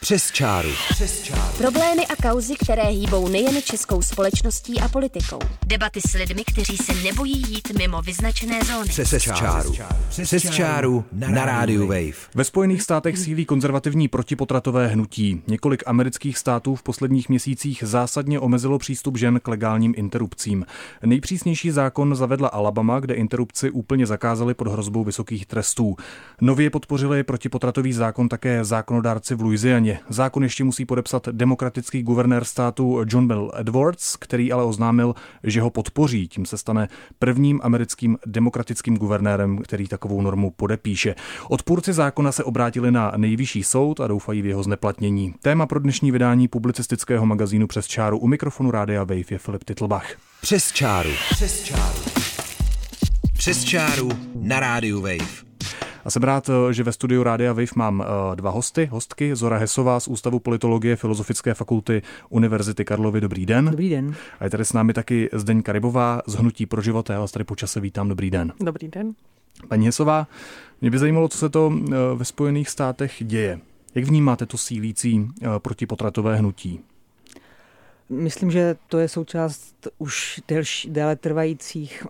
Přes čáru. Problémy a kauzy, které hýbou nejen českou společností a politikou. Debaty s lidmi, kteří se nebojí jít mimo vyznačené zóny. Přes čáru na rádiu Wave. Ve Spojených státech sílí konzervativní protipotratové hnutí. Několik amerických států v posledních měsících zásadně omezilo přístup žen k legálním interrupcím. Nejpřísnější zákon zavedla Alabama, kde interrupci úplně zakázali pod hrozbou vysokých trestů. Nově podpořili protipotratový zákon také zákonodárci v Louisianě. Zákon ještě musí podepsat demokratický guvernér státu John Bel Edwards, který ale oznámil, že ho podpoří. Tím se stane prvním americkým demokratickým guvernérem, který takovou normu podepíše. Odpůrci zákona se obrátili na nejvyšší soud a doufají v jeho zneplatnění. Téma pro dnešní vydání publicistického magazínu Přes čáru. U mikrofonu Rádia Wave je Filip Titlbach. Přes čáru na rádiu Wave. A jsem rád, že ve studiu Rádia Wave mám dva hostky. Zora Hesová z Ústavu politologie Filozofické fakulty Univerzity Karlovy. Dobrý den. Dobrý den. A je tady s námi taky Zdeňka Rybová z Hnutí pro život. Já vás tady po čase vítám. Dobrý den. Dobrý den. Paní Hesová, mě by zajímalo, co se to ve Spojených státech děje. Jak vnímáte to sílící protipotratové hnutí? Myslím, že to je součást už déle trvajících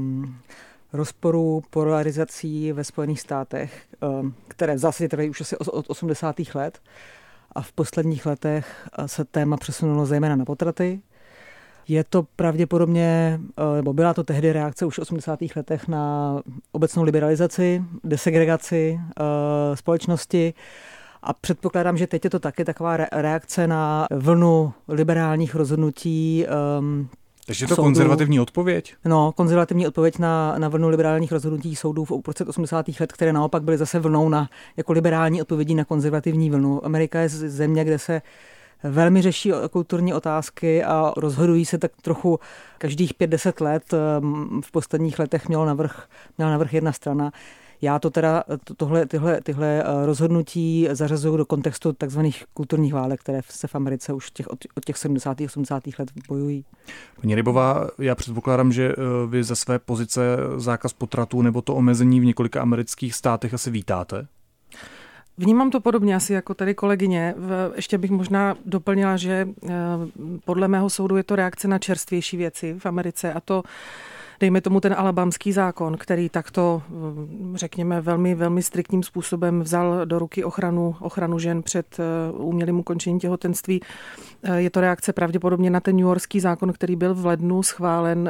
rozporů, polarizací ve Spojených státech, které v zásadě trvají už asi od 80. let. A v posledních letech se téma přesunulo zejména na potraty. Je to pravděpodobně, nebo byla to tehdy reakce už v 80. letech na obecnou liberalizaci, desegregaci společnosti. A předpokládám, že teď je to taky taková reakce na vlnu liberálních rozhodnutí. Takže je to konzervativní odpověď? No, konzervativní odpověď na vlnu liberálních rozhodnutí soudů v uprostřed 80. let, které naopak byly zase vlnou jako liberální odpovědí na konzervativní vlnu. Amerika je země, kde se velmi řeší kulturní otázky a rozhodují se tak trochu každých 5-10 let. V posledních letech měla navrch jedna strana. Já to teda tyhle rozhodnutí zařazuju do kontextu takzvaných kulturních válek, které se v Americe už od těch 70. 80. let bojují. Paní Rybová, já předpokládám, že vy ze své pozice zákaz potratů nebo to omezení v několika amerických státech asi vítáte? Vnímám to podobně asi jako tady kolegyně. Ještě bych možná doplnila, že podle mého soudu je to reakce na čerstvější věci v Americe a to dejme tomu ten alabamský zákon, který takto, řekněme, velmi, velmi striktním způsobem vzal do ruky ochranu žen před umělým ukončením těhotenství. Je to reakce pravděpodobně na ten newyorský zákon, který byl v lednu schválen,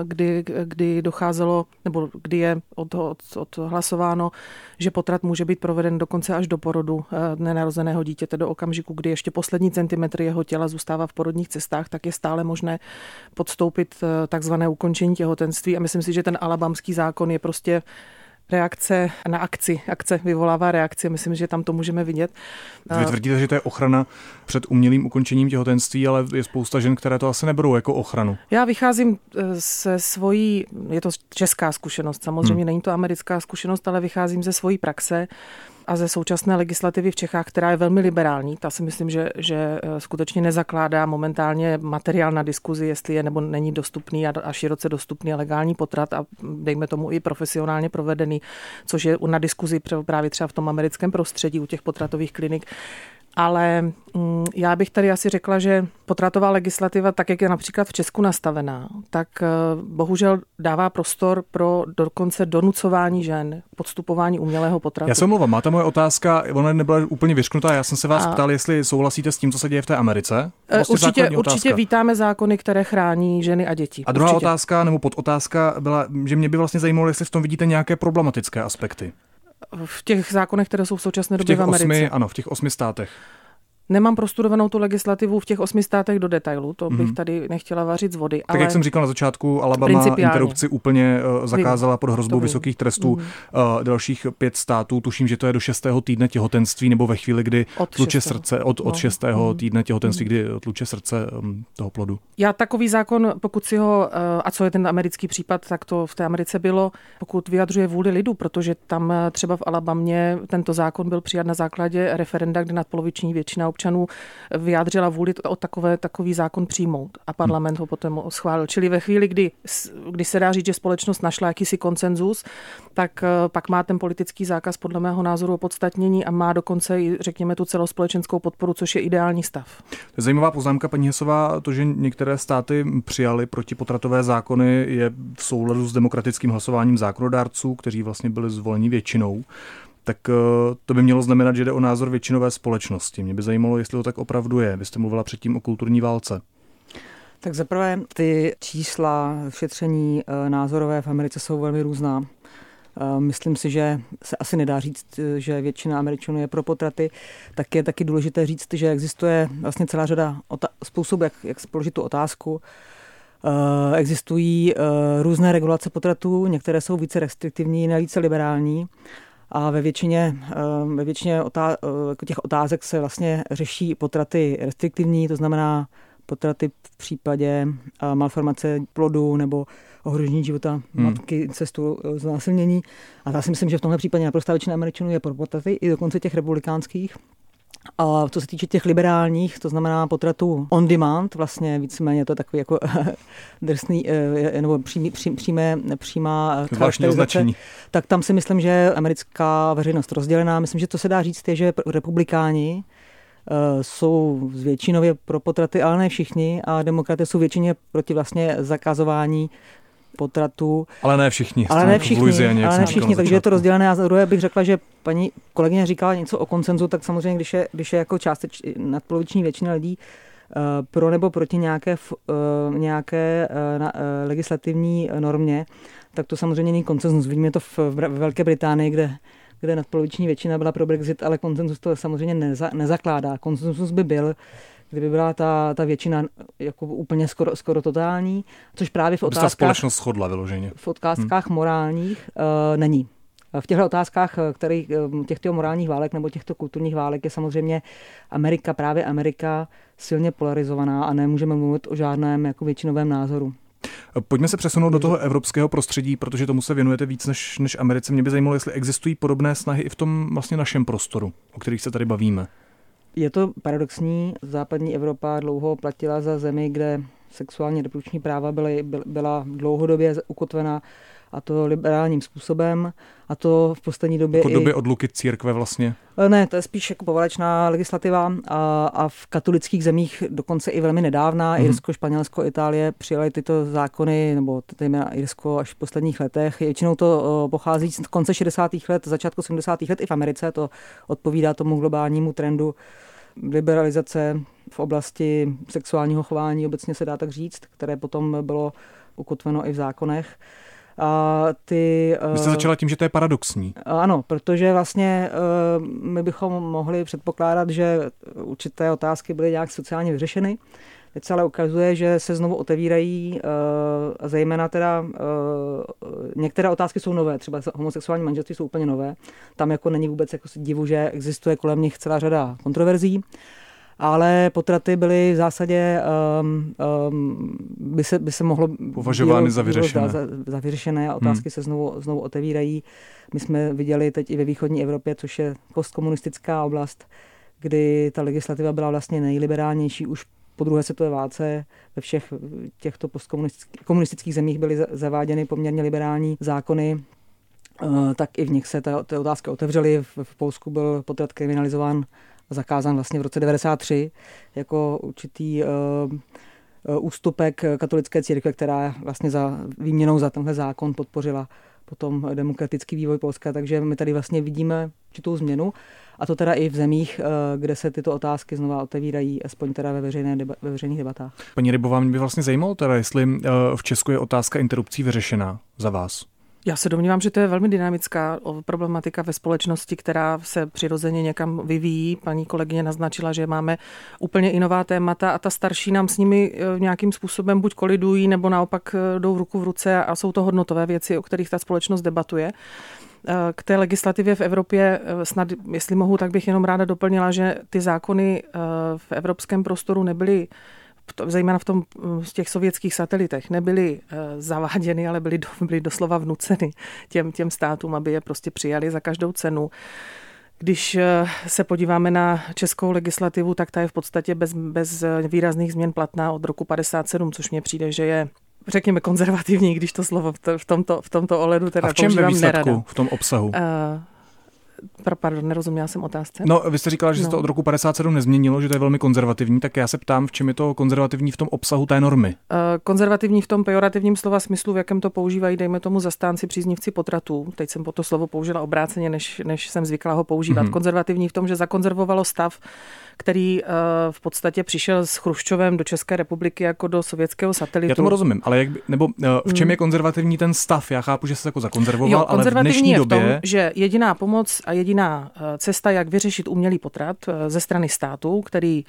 kdy docházelo, nebo kdy je odhlasováno, že potrat může být proveden dokonce až do porodu nenarozeného dítěte, do okamžiku, kdy ještě poslední centimetry jeho těla zůstává v porodních cestách, tak je stále možné podstoupit takzvané ukončení těhotenství. A myslím si, že ten alabamský zákon je prostě reakce na akci. Akce vyvolává reakci. Myslím, že tam to můžeme vidět. Vy tvrdíte, že to je ochrana před umělým ukončením těhotenství, ale je spousta žen, které to asi neberou jako ochranu. Já vycházím se svojí, je to česká zkušenost, samozřejmě není to americká zkušenost, ale vycházím ze svojí praxe a ze současné legislativy v Čechách, která je velmi liberální. Ta si myslím, že skutečně nezakládá momentálně materiál na diskuzi, jestli je nebo není dostupný a široce dostupný a legální potrat a dejme tomu i profesionálně provedený, což je na diskuzi právě třeba v tom americkém prostředí u těch potratových klinik. Ale já bych tady asi řekla, že potratová legislativa, tak jak je například v Česku nastavená, tak bohužel dává prostor pro dokonce donucování žen, podstupování umělého potratu. Já se omlouvám, máte moje otázka, ona nebyla úplně vyšknutá, já jsem se vás ptal, jestli souhlasíte s tím, co se děje v té Americe? Vlastně určitě vítáme zákony, které chrání ženy a děti. A druhá otázka nebo podotázka byla, že mě by vlastně zajímalo, jestli v tom vidíte nějaké problematické aspekty. V těch zákonech, které jsou v současné době v Americe. V těch 8 státech. Nemám prostudovanou tu legislativu v těch 8 státech do detailu, to bych tady nechtěla vařit z vody. Tak jak jsem říkal na začátku, Alabama interrupci úplně zakázala pod hrozbou vysokých trestů. Dalších 5 států, tuším, že to je do 6. týdne těhotenství, nebo ve chvíli, kdy tluče srdce, od 6. týdne těhotenství, kdy tluče srdce toho plodu. Já takový zákon, pokud si ho, a co je ten americký případ, tak to v té Americe bylo, pokud vyjadřuje vůli lidu, protože tam třeba v Alabamě tento zákon byl přijat na základě referenda, kde nadpoloviční většina občanů vyjádřila vůli o takový zákon přijmout a parlament ho potom schválil. Čili ve chvíli, kdy se dá říct, že společnost našla jakýsi konsenzus, tak pak má ten politický zákaz podle mého názoru opodstatnění a má dokonce i, řekněme, tu celospolečenskou podporu, což je ideální stav. Zajímavá poznámka, paní Hesová, to, že některé státy přijaly protipotratové zákony, je v souladu s demokratickým hlasováním zákonodárců, kteří vlastně byli zvoleni většinou. Tak to by mělo znamenat, že jde o názor většinové společnosti. Mě by zajímalo, jestli to tak opravdu je. Vy jste mluvila předtím o kulturní válce. Tak zaprvé ty čísla šetření názorové v Americe jsou velmi různá. Myslím si, že se asi nedá říct, že většina Američanů je pro potraty. Tak je taky důležité říct, že existuje vlastně celá řada způsobů, jak položit tu otázku. Existují různé regulace potratů, některé jsou více restriktivní, jiné více liberální. A ve většině těch otázek se vlastně řeší potraty restriktivní, to znamená potraty v případě malformace plodu nebo ohrožení života matky, incestu, znásilnění. A já si myslím, že v tomhle případě naprostá většina Američanů je pro potraty, i dokonce těch republikánských. A co se týče těch liberálních, to znamená potratů on demand, vlastně víceméně to je takový jako drsný, nebo přímá charakterizace, tak tam si myslím, že je americká veřejnost rozdělená. Myslím, že to se dá říct je, že republikáni jsou většinově pro potraty, ale ne všichni, a demokraté jsou většině proti vlastně zakazování potratů. Ale ne všichni. Takže je to rozdělené. A za druhé bych řekla, že paní kolegyně říkala něco o konsenzu, tak samozřejmě, když je jako nadpoloviční většina lidí pro nebo proti nějaké legislativní normě, tak to samozřejmě není konsenzus. Vidíme to v Velké Británii, kde nadpoloviční většina byla pro Brexit, ale konsenzus to samozřejmě nezakládá. Konsenzus by byl, kdyby byla ta většina jako úplně skoro totální, což právě v otázkách... společnost shodla vyloženě. V otázkách morálních není. V těchto otázkách, těchto morálních válek nebo těchto kulturních válek je samozřejmě Amerika silně polarizovaná a nemůžeme mluvit o žádném jako většinovém názoru. Pojďme se přesunout do toho evropského prostředí, protože tomu se věnujete víc než Americe. Mě by zajímalo, jestli existují podobné snahy i v tom vlastně našem prostoru, o kterých se tady bavíme. Je to paradoxní. Západní Evropa dlouho platila za zemi, kde sexuální reprodukční práva byla dlouhodobě ukotvena, a to liberálním způsobem, a to v poslední době jako době odluky církve vlastně? Ne, to je spíš jako poválečná legislativa a v katolických zemích dokonce i velmi nedávná, Irsko, Španělsko, Itálie přijaly tyto zákony, nebo zejména Irsko až v posledních letech. Většinou to pochází z konce 60. let, začátku 70. let i v Americe, to odpovídá tomu globálnímu trendu liberalizace v oblasti sexuálního chování, obecně se dá tak říct, které potom bylo ukotveno i v zákonech. Vy jste začala tím, že to je paradoxní. Ano, protože vlastně my bychom mohli předpokládat, že určité otázky byly nějak sociálně vyřešeny. Teď se ale ukazuje, že se znovu otevírají, zejména teda některé otázky jsou nové, třeba homosexuální manželství jsou úplně nové. Tam jako není vůbec jako divu, že existuje kolem nich celá řada kontroverzí. Ale potraty byly v zásadě, by se mohlo považovány za vyřešené. Za vyřešené a otázky se znovu otevírají. My jsme viděli teď i ve východní Evropě, což je postkomunistická oblast, kdy ta legislativa byla vlastně nejliberálnější už po druhé světové válce. Ve všech těchto postkomunistických zemích byly zaváděny poměrně liberální zákony, tak i v nich se ty otázky otevřely. V Polsku byl potrat kriminalizován a zakázán vlastně v roce 1993 jako určitý ústupek katolické církve, která vlastně za výměnou za tenhle zákon podpořila potom demokratický vývoj Polska. Takže my tady vlastně vidíme určitou změnu, a to teda i v zemích, kde se tyto otázky znova otevírají, aspoň teda ve veřejných debatách. Paní Rybová, mě by vlastně zajímalo teda, jestli v Česku je otázka interrupcí vyřešená za vás. Já se domnívám, že to je velmi dynamická problematika ve společnosti, která se přirozeně někam vyvíjí. Paní kolegyně naznačila, že máme úplně i nová témata a ta starší nám s nimi nějakým způsobem buď kolidují, nebo naopak jdou ruku v ruce a jsou to hodnotové věci, o kterých ta společnost debatuje. K té legislativě v Evropě, snad, jestli mohu, tak bych jenom ráda doplnila, že ty zákony v evropském prostoru nebyly, zejména v těch sovětských satelitech, nebyly zaváděny, ale byly doslova vnuceny těm státům, aby je prostě přijali za každou cenu. Když se podíváme na českou legislativu, tak ta je v podstatě bez výrazných změn platná od roku 57, což mně přijde, že je, řekněme, konzervativní, když to slovo v tomto ohledu teda používám nerada. A v čem ve výsledku, v tom obsahu? Pardon, nerozuměla jsem otázce. No, vy jste říkala, že se to od roku 57 nezměnilo, že to je velmi konzervativní, tak já se ptám, v čem je to konzervativní v tom obsahu té normy? Konzervativní v tom pejorativním slova smyslu, v jakém to používají, dejme tomu zastánci, příznivci potratů. Teď jsem po to slovo použila obráceně, než jsem zvykla ho používat. Konzervativní v tom, že zakonzervovalo stav, který v podstatě přišel s Chruščovem do České republiky jako do sovětského satelitu. Já tomu rozumím, ale v čem je konzervativní ten stav? Já chápu, že se jako zakonzervoval, ale v dnešní době je v tom, že jediná pomoc a jediná cesta, jak vyřešit umělý potrat ze strany státu, který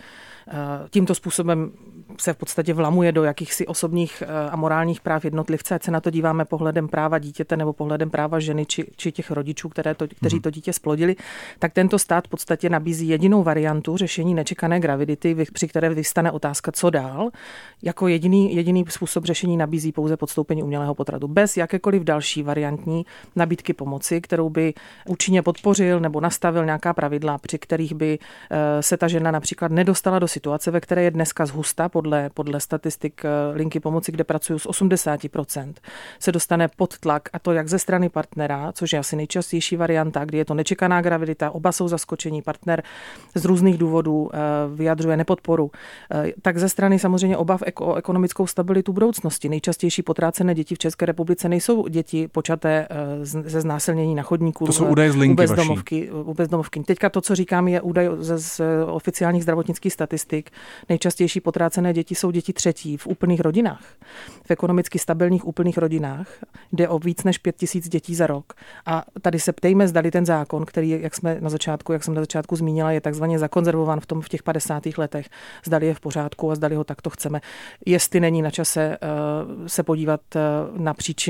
tímto způsobem se v podstatě vlamuje do jakýchsi osobních a morálních práv jednotlivce, ať se na to díváme pohledem práva dítěte nebo pohledem práva ženy či těch rodičů, kteří to dítě splodili, tak tento stát v podstatě nabízí jedinou variantu řešení nečekané gravidity, při které vystane otázka, co dál. Jako jediný způsob řešení nabízí pouze podstoupení umělého potratu. Bez jakékoliv další variantní nabídky pomoci, kterou by účinně podpořil nebo nastavil nějaká pravidla, při kterých by se ta žena například nedostala do situace, ve které je dneska zhusta podle statistik linky pomoci, kde pracují z 80%, se dostane pod tlak, a to jak ze strany partnera, což je asi nejčastější varianta, kdy je to nečekaná gravidita, oba jsou zaskočení, partner z různých důvodů vyjadřuje nepodporu, tak ze strany samozřejmě obav o ekonomickou stabilitu budoucnosti. Nejčastější potrácené děti v České republice nejsou děti počaté ze znásilnění na chodníku. To jsou údaje z linky u bezdomovky. Teďka to, co říkám, je údaj z oficiálních zdravotnických statistik. Nejčastější potrácené děti jsou děti třetí v úplných rodinách. V ekonomicky stabilních úplných rodinách jde o víc než 5 000 dětí za rok. A tady se ptejme, zdali ten zákon, který, jak jsem na začátku zmínila, je takzvaně zakonzervovan v těch 50. letech, zdali je v pořádku a zdali ho takto chceme. Jestli není na čase se podívat na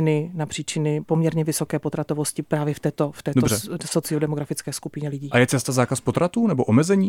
příčiny poměrně vysoké potratovosti právě v této sociodemografické skupině lidí. A je cesta zákaz potratů nebo omezení?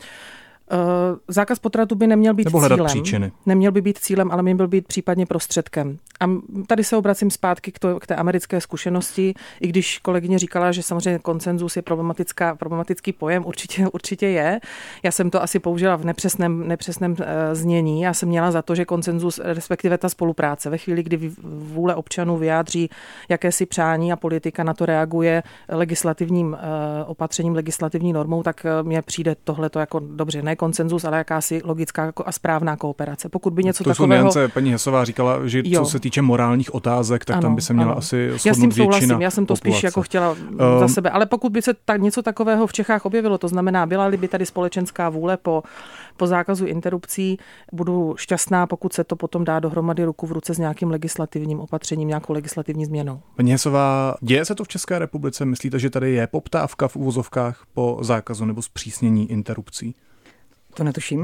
Zákaz potratu by neměl být cílem. Příčiny. Neměl by být cílem, ale měl být případně prostředkem. A tady se obracím zpátky k té americké zkušenosti, i když kolegyně říkala, že samozřejmě konsenzus je problematický pojem, určitě je. Já jsem to asi použila v nepřesném znění. Já jsem měla za to, že konsenzus, respektive ta spolupráce, ve chvíli, kdy vůle občanů vyjádří jakési přání a politika na to reaguje legislativním opatřením, legislativní normou, tak mně přijde tohleto jako dobře, ne konsenzus, ale jakási logická a správná kooperace. Pokud by něco takového... To jsou nuance, paní Hesová říkala, že co se týče morálních otázek, tak tam by se měla asi shodnout většina. Já jsem to populace. Spíš jako chtěla za sebe. Ale pokud by se něco takového v Čechách objevilo, to znamená, byla-li by tady společenská vůle po zákazu interrupcí, budu šťastná, pokud se to potom dá dohromady ruku v ruce s nějakým legislativním opatřením, nějakou legislativní změnou. Paní Hesová, děje se to v České republice? Myslíte, že tady je poptávka v uvozovkách po zákazu nebo zpřísnění interrupcí? To netuším.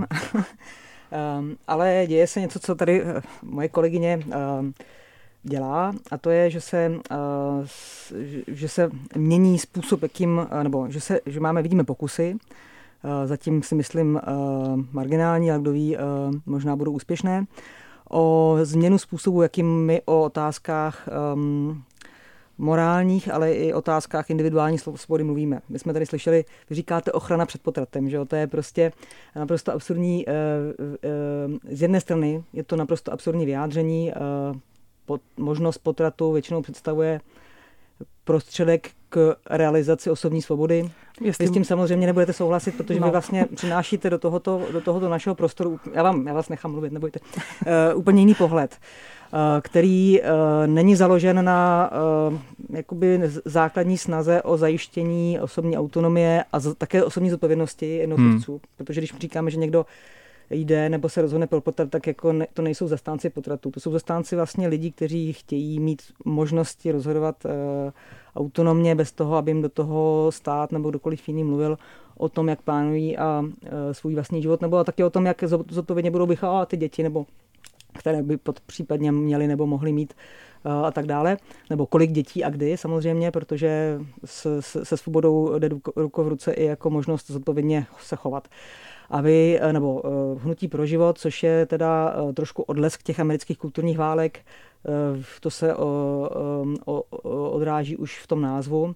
Ale děje se něco, co tady moje kolegyně dělá, a to je, že se mění způsob, jakým, nebo že vidíme pokusy, zatím si myslím marginální, ale kdo ví, možná budou úspěšné, o změnu způsobu, jakým my o otázkách morálních, ale i otázkách individuální svobody mluvíme. My jsme tady slyšeli, vy říkáte ochrana před potratem, že jo? To je prostě naprosto absurdní. Z jedné strany je to naprosto absurdní vyjádření. Možnost potratu většinou představuje prostředek k realizaci osobní svobody. Vy s tím samozřejmě nebudete souhlasit, protože vy vlastně přinášíte do tohoto našeho prostoru, já vás nechám mluvit, nebojte, úplně jiný pohled, který není založen na jakoby základní snaze o zajištění osobní autonomie a také osobní zodpovědnosti jednotlivců. Protože když říkáme, že někdo jde nebo se rozhodne pro potrat, tak jako to nejsou zastánci potratu. To jsou zastánci vlastně lidí, kteří chtějí mít možnosti rozhodovat autonomně bez toho, aby jim do toho stát nebo kdokoliv jiný mluvil o tom, jak plánují svůj vlastní život, nebo taky o tom, jak zodpovědně budou vychovávat ty děti, nebo které by případně měli nebo mohli mít a tak dále, nebo kolik dětí a kdy samozřejmě, protože se svobodou jde ruku v ruce i jako možnost zodpovědně se chovat. A vy, nebo Hnutí pro život, což je teda trošku odlesk těch amerických kulturních válek, to se odráží už v tom názvu,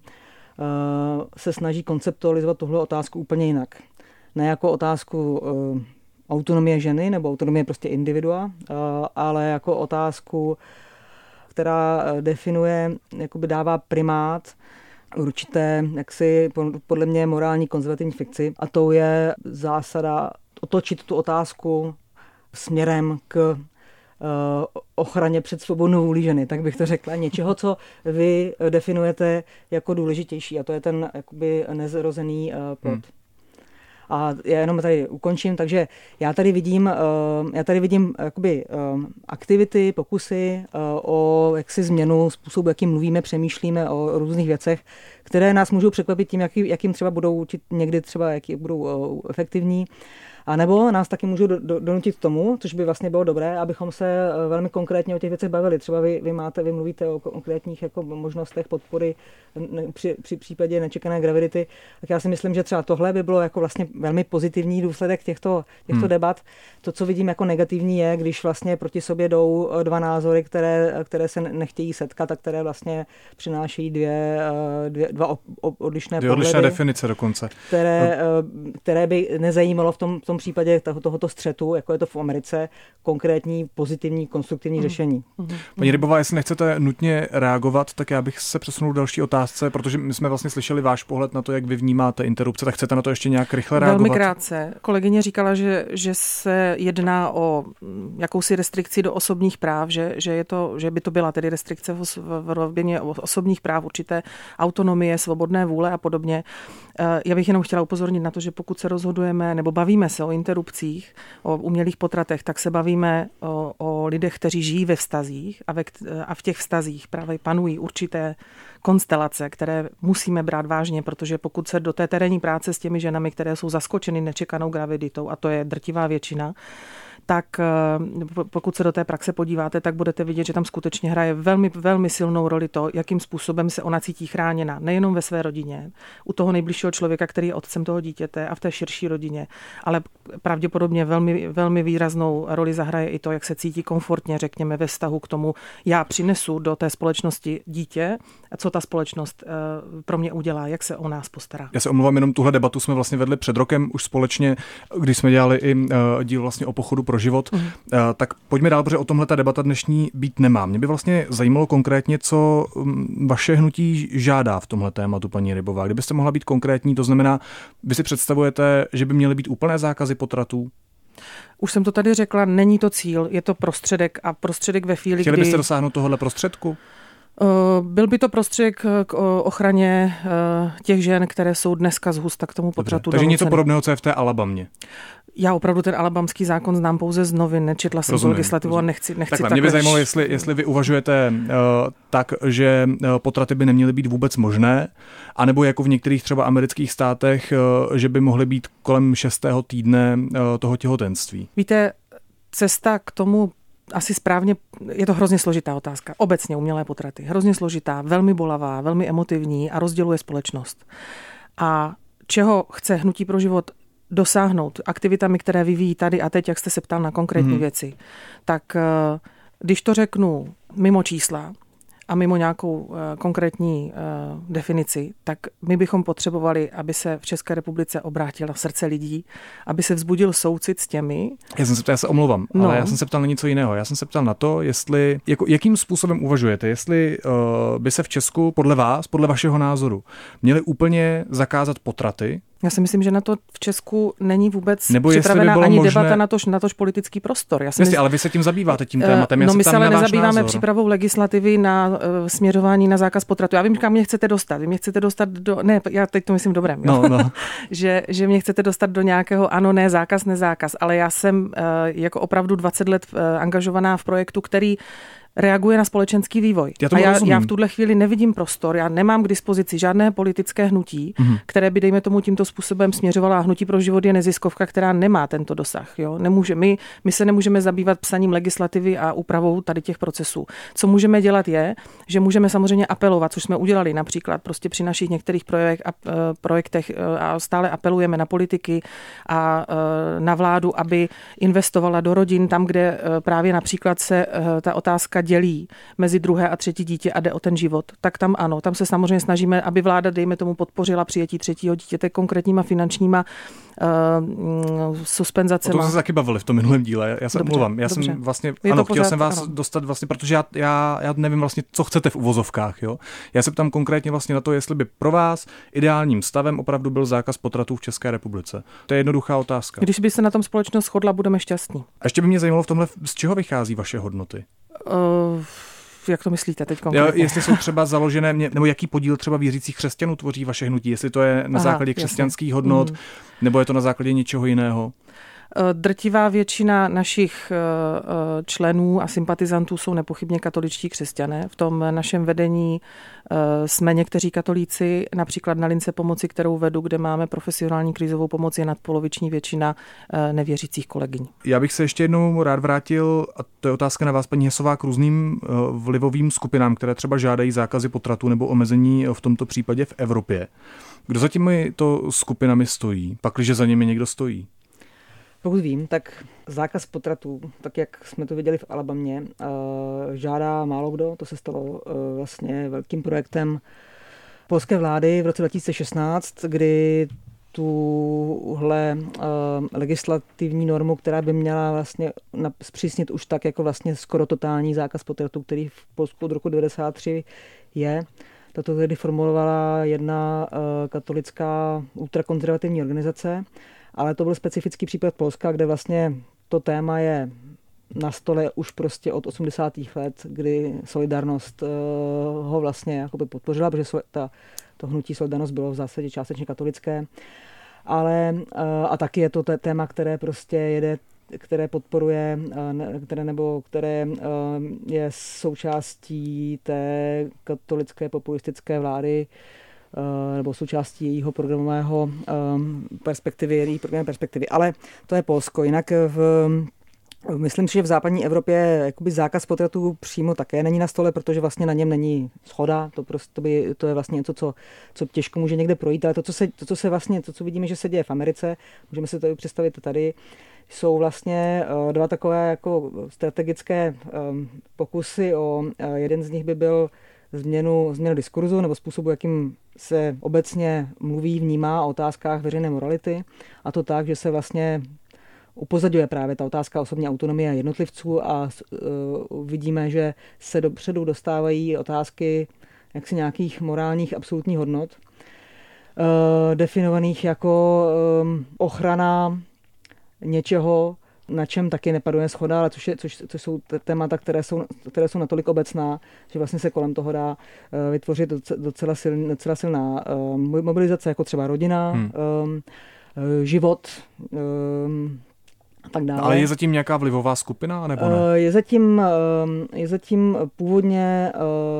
se snaží konceptualizovat tuhle otázku úplně jinak. Ne jako otázku autonomie ženy nebo autonomie prostě individua, ale jako otázku, která definuje, jakoby dává primát určité, jaksi podle mě morální konzervativní fikci, a to je zásada otočit tu otázku směrem k ochraně před svobodnou vůlí ženy, tak bych to řekla. Něčeho, co vy definujete jako důležitější, a to je ten jakoby nezrozený plod. A já jenom tady ukončím, takže já tady vidím jakoby aktivity, pokusy o jaksi změnu způsobu, jakým mluvíme, přemýšlíme o různých věcech, které nás můžou překvapit tím, jakým třeba budou někdy třeba jaký budou efektivní. A nebo nás taky můžou donutit k tomu, což by vlastně bylo dobré, abychom se velmi konkrétně o těch věcech bavili. Třeba vy mluvíte o konkrétních jako možnostech podpory při případě nečekané gravidity. Tak já si myslím, že třeba tohle by bylo jako vlastně velmi pozitivní důsledek těchto debat. To, co vidím jako negativní, je, když vlastně proti sobě jdou dva názory, které se nechtějí setkat a které vlastně přinášejí dva odlišné pohledy. Odlišné definice dokonce. Které by nezajímalo v tom případě tohoto střetu, jako je to v Americe, konkrétní, pozitivní, konstruktivní řešení. Paní Rybová, jestli nechcete nutně reagovat, tak já bych se přesunul k další otázce, protože my jsme vlastně slyšeli váš pohled na to, jak vy vnímáte interrupce, tak chcete na to ještě nějak rychle reagovat? Velmi krátce. Kolegyně říkala, že se jedná o jakousi restrikci do osobních práv, že by to byla tedy restrikce v rovině osobních práv, určité autonomie, svobodné vůle a podobně. Já bych jenom chtěla upozornit na to, že pokud se rozhodujeme nebo bavíme se o interrupcích, o umělých potratech, tak se bavíme o lidech, kteří žijí ve vztazích a v těch vztazích právě panují určité konstelace, které musíme brát vážně, protože pokud se do té terénní práce s těmi ženami, které jsou zaskočeny nečekanou graviditou, a to je drtivá většina, tak pokud se do té praxe podíváte, tak budete vidět, že tam skutečně hraje velmi, velmi silnou roli to, jakým způsobem se ona cítí chráněna, nejenom ve své rodině, u toho nejbližšího člověka, který je otcem toho dítěte a v té širší rodině, ale pravděpodobně velmi, velmi výraznou roli zahraje i to, jak se cítí komfortně, řekněme, ve vztahu k tomu, já přinesu do té společnosti dítě, a co ta společnost pro mě udělá, jak se o nás postará. Já se omlouvám, jenom tuhle debatu jsme vlastně vedli před rokem už společně, když jsme dělali i díl vlastně o pochodu pro život. Tak pojďme dál, protože o tomhle ta debata dnešní být nemá. Mě by vlastně zajímalo konkrétně, co vaše hnutí žádá v tomhle tématu, paní Rybová. Kdybyste mohla být konkrétní, to znamená, vy si představujete, že by měly být úplné zákazy potratů? Už jsem to tady řekla, není to cíl, je to prostředek a prostředek ve chvíli, Chtěli byste dosáhnout tohohle prostředku? Byl by to prostředek k ochraně těch žen, které jsou dneska zhusta k tomu potratu. Takže něco podobného, co je v té Alabamě. Já opravdu ten alabamský zákon znám pouze z novin, nečetla jsem legislativu a nechci takhle. Mě by zajímalo, jestli vy uvažujete tak, že potraty by neměly být vůbec možné, anebo jako v některých třeba amerických státech, že by mohly být kolem 6. týdne toho těhotenství. Víte, cesta k tomu asi správně, je to hrozně složitá otázka. Obecně umělé potraty. Hrozně složitá, velmi bolavá, velmi emotivní a rozděluje společnost. A čeho chce Hnutí pro život dosáhnout aktivitami, které vyvíjí tady a teď, jak jste se ptal na konkrétní věci, tak když to řeknu mimo čísla a mimo nějakou konkrétní definici, tak my bychom potřebovali, aby se v České republice obrátila srdce lidí, aby se vzbudil soucit s těmi. Já se omlouvám, ale já jsem se ptal na něco jiného. Já jsem se ptal na to, jestli, jakým způsobem uvažujete, jestli by se v Česku podle vás, podle vašeho názoru, měli úplně zakázat potraty. Já si myslím, že na to v Česku není vůbec připravená ani možné... debata na tož politický prostor. Ale vy se tím zabýváte, tím tématem. My se ale nezabýváme přípravou legislativy na směřování na zákaz potratu. Já vím, kam mě chcete dostat. Vy mě chcete dostat do... Ne, já teď to myslím dobrém. No. že mě chcete dostat do nějakého ano, ne, zákaz, nezákaz. Ale já jsem jako opravdu 20 let angažovaná v projektu, který reaguje na společenský vývoj. Já v tuhle chvíli nevidím prostor, já nemám k dispozici žádné politické hnutí, které by, dejme tomu, tímto způsobem směřovala. Hnutí pro život je neziskovka, která nemá tento dosah. Jo? My se nemůžeme zabývat psaním legislativy a úpravou tady těch procesů. Co můžeme dělat je, že můžeme samozřejmě apelovat, což jsme udělali například prostě při našich některých projektech a stále apelujeme na politiky a na vládu, aby investovala do rodin tam, kde právě například se ta otázka dělí mezi druhé a třetí dítě a jde o ten život, tak tam ano, tam se samozřejmě snažíme, aby vláda, dejme tomu, podpořila přijetí třetího dítěte konkrétníma finančníma suspenzacema. O tom jsme se taky bavili v tom minulém díle, já se omlouvám. Já jsem vlastně, ano, chtěl jsem vás dostat vlastně, protože já nevím vlastně, co chcete v uvozovkách, jo. Já se ptám konkrétně vlastně na to, jestli by pro vás ideálním stavem opravdu byl zákaz potratů v České republice. To je jednoduchá otázka. Když by se na tom společnost shodla, budeme šťastní. A ještě by mě zajímalo v tomhle, z čeho vychází vaše hodnoty? Jak to myslíte teď konkrétně? Jestli jsou třeba založené, nebo jaký podíl třeba věřících křesťanů tvoří vaše hnutí? Jestli to je na základě křesťanských hodnot, nebo je to na základě něčeho jiného? Drtivá většina našich členů a sympatizantů jsou nepochybně katoličtí křesťané. V tom našem vedení jsme někteří katolíci, například na lince pomoci, kterou vedu, kde máme profesionální krizovou pomoc, je nadpoloviční většina nevěřících kolegyň. Já bych se ještě jednou rád vrátil, a to je otázka na vás, paní Hesová, k různým vlivovým skupinám, které třeba žádají zákazy potratu nebo omezení v tomto případě v Evropě. Kdo za těmi to skupinami stojí, pakliže za nimi někdo stojí? Pokud vím, tak zákaz potratů, tak jak jsme to viděli v Alabamě, žádá málo kdo. To se stalo vlastně velkým projektem polské vlády v roce 2016, kdy tuhle legislativní normu, která by měla vlastně zpřísnit už tak jako vlastně skoro totální zákaz potratů, který v Polsku od roku 1993 je. Tato tedy formulovala jedna katolická ultrakonzervativní organizace, ale to byl specifický případ Polska, kde vlastně to téma je na stole už prostě od 80. let, kdy Solidarnost ho vlastně jakoby podpořila, protože to hnutí Solidarnost bylo v zásadě částečně katolické, ale a taky je to téma, které prostě jede, které podporuje, které je součástí té katolické populistické vlády, nebo součástí jejího programového její programové perspektivy. Ale to je Polsko. Jinak myslím si, že v západní Evropě jakoby zákaz potratů přímo také není na stole, protože vlastně na něm není shoda. To je vlastně něco, co těžko může někde projít, ale to, co vidíme, že se děje v Americe, můžeme si to představit tady, jsou vlastně dva takové jako strategické pokusy. Jeden z nich by byl změnu diskurzu nebo způsobu, jakým se obecně mluví, vnímá o otázkách veřejné morality, a to tak, že se vlastně upozadňuje právě ta otázka osobní autonomie jednotlivců a vidíme, že se dopředu dostávají otázky jaksi nějakých morálních absolutních hodnot, definovaných jako ochrana něčeho, na čem taky nepaduje shoda, ale což jsou témata, které jsou natolik obecná, že vlastně se kolem toho dá vytvořit docela silná mobilizace, jako třeba rodina, život a tak dále. Ale je zatím nějaká vlivová skupina, nebo ne? Je zatím původně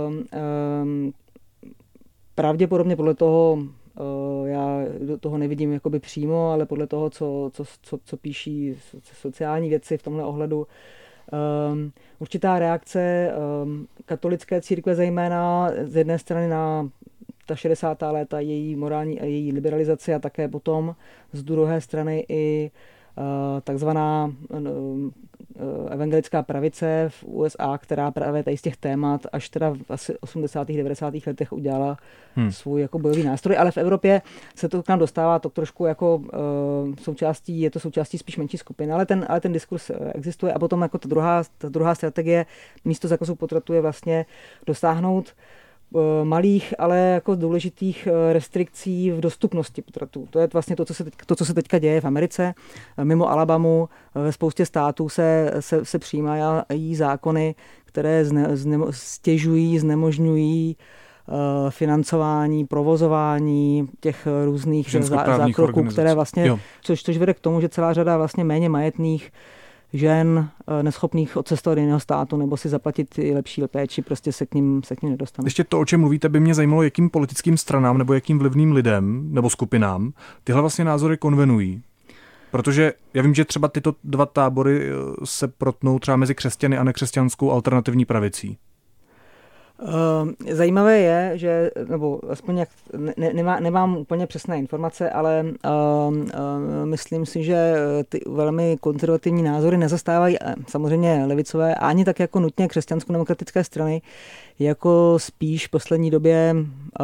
pravděpodobně podle toho, já do toho nevidím jakoby přímo, ale podle toho, co píší sociální věci v tomhle ohledu, určitá reakce katolické církve zejména z jedné strany na ta 60. léta, její morální a její liberalizaci, a také potom z druhé strany i takzvaná evangelická pravice v USA, která právě tady z těch témat až teda v asi 80. 90. letech udělala svůj jako bojový nástroj, ale v Evropě se to k nám dostává to trošku jako je to součástí spíš menší skupiny, ale ten diskurs existuje. A potom jako ta druhá strategie místo zákazu potratu je vlastně dosáhnout malých, ale jako důležitých restrikcí v dostupnosti potratů. To je vlastně to, co se teďka děje v Americe. Mimo Alabamu ve spoustě států se přijímají zákony, které stěžují, znemožňují financování, provozování těch různých zákroků, které vlastně, což vede k tomu, že celá řada vlastně méně majetných žen neschopných odcestovat do jiného státu nebo si zaplatit lepší péči, prostě se k ním nedostane. Ještě to, o čem mluvíte, by mě zajímalo, jakým politickým stranám nebo jakým vlivným lidem nebo skupinám tyhle vlastně názory konvenují. Protože já vím, že třeba tyto dva tábory se protnou třeba mezi křesťany a nekřesťanskou alternativní pravicí. Zajímavé je, že, nebo aspoň nemám úplně přesné informace, ale myslím si, že ty velmi konzervativní názory nezastávají samozřejmě levicové, ani tak jako nutně křesťansko-demokratické strany, jako spíš v poslední době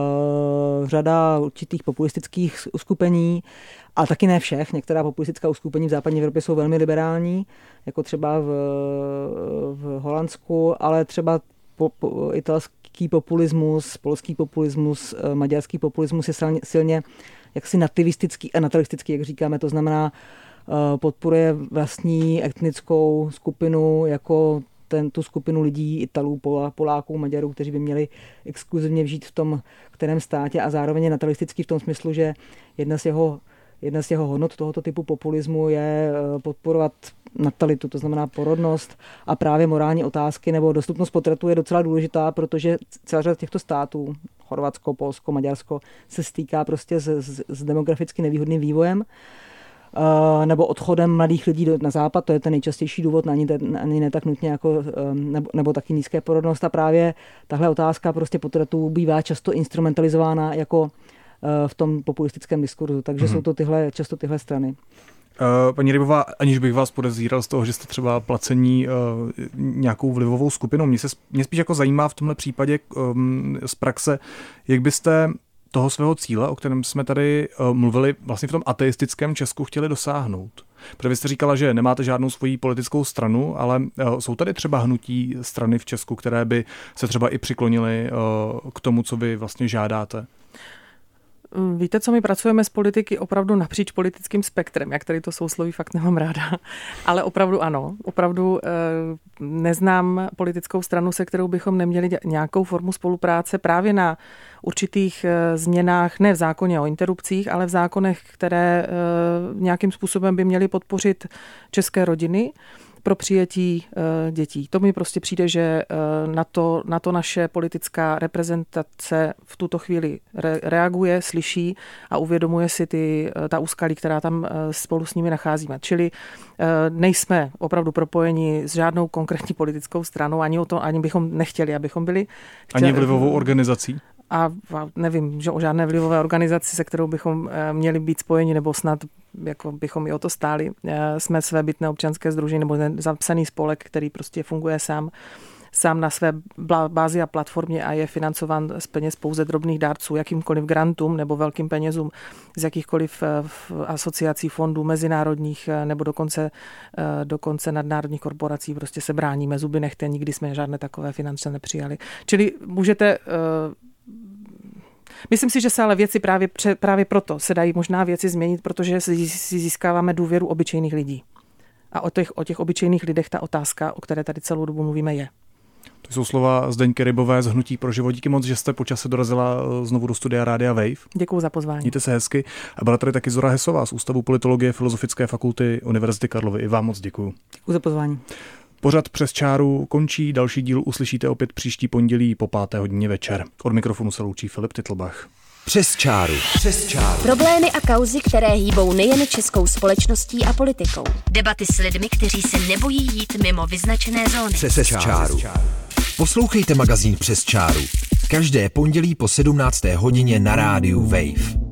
řada určitých populistických uskupení, a taky ne všech. Některá populistická uskupení v západní Evropě jsou velmi liberální, jako třeba v Holandsku, ale třeba italský populismus, polský populismus, maďarský populismus je silně jaksi nativistický a natalistický, jak říkáme, to znamená podporuje vlastní etnickou skupinu jako tu skupinu lidí, Italů, Poláků, Maďarů, kteří by měli exkluzivně žít v tom kterém státě, a zároveň je natalistický v tom smyslu, že jedna z jeho hodnot tohoto typu populismu je podporovat natalitu, to znamená porodnost, a právě morální otázky nebo dostupnost potratu je docela důležitá, protože celá řada těchto států, Chorvatsko, Polsko, Maďarsko, se stýká prostě s demograficky nevýhodným vývojem nebo odchodem mladých lidí na západ, to je ten nejčastější důvod, ani ne tak nutně jako, nebo taky nízké porodnost, a právě tahle otázka prostě potratů bývá často instrumentalizována jako v tom populistickém diskurzu, takže jsou to často tyhle strany. Paní Rybová, aniž bych vás podezíral z toho, že jste třeba placení nějakou vlivovou skupinou, mě spíš jako zajímá v tomhle případě z praxe, jak byste toho svého cíle, o kterém jsme tady mluvili, vlastně v tom ateistickém Česku chtěli dosáhnout. Protože vy jste říkala, že nemáte žádnou svoji politickou stranu, ale jsou tady třeba hnutí strany v Česku, které by se třeba i přiklonily k tomu, co vy vlastně žádáte? Víte, co my pracujeme s politiky opravdu napříč politickým spektrem, jak tady to sousloví fakt nemám ráda, ale opravdu ano, opravdu neznám politickou stranu, se kterou bychom neměli nějakou formu spolupráce právě na určitých změnách, ne v zákoně o interrupcích, ale v zákonech, které nějakým způsobem by měly podpořit české rodiny pro přijetí dětí. To mi prostě přijde, že na to naše politická reprezentace v tuto chvíli reaguje, slyší a uvědomuje si ta úskalí, která tam spolu s nimi nacházíme. Čili nejsme opravdu propojeni s žádnou konkrétní politickou stranou, ani bychom nechtěli, abychom byli. Ani vlivovou organizací? A nevím, že o žádné vlivové organizaci, se kterou bychom měli být spojeni, nebo snad jako bychom i o to stáli. Jsme svébytné občanské sdružení nebo zapsaný spolek, který prostě funguje sám na své bázi a platformě a je financován z peněz pouze drobných dárců, jakýmkoliv grantům nebo velkým penězům z jakýchkoliv asociací, fondů, mezinárodních nebo dokonce nadnárodních korporací. Prostě se bráníme, zuby nechte, nikdy jsme žádné takové finance nepřijali. Čili můžete... Myslím si, že se ale věci právě proto se dají možná věci změnit, protože si získáváme důvěru obyčejných lidí. A o těch obyčejných lidech ta otázka, o které tady celou dobu mluvíme, je. To jsou slova Zdeňky Rybové z Hnutí pro život. Díky moc, že jste po čase dorazila znovu do studia Rádia Wave. Děkuji za pozvání. Mějte se hezky. A byla tady taky Zora Hesová z Ústavu politologie Filozofické fakulty Univerzity Karlovy. I vám moc děkuji. Děkuji za pozvání. Pořad Přes čáru končí, další díl uslyšíte opět příští pondělí po 5:00 večer. Od mikrofonu se loučí Filip Titlbach. Přes čáru. Přes čáru. Problémy a kauzy, které hýbou nejen českou společností a politikou. Debaty s lidmi, kteří se nebojí jít mimo vyznačené zóny. Přes čáru. Poslouchejte magazín Přes čáru. Každé pondělí po 17. hodině na rádiu Wave.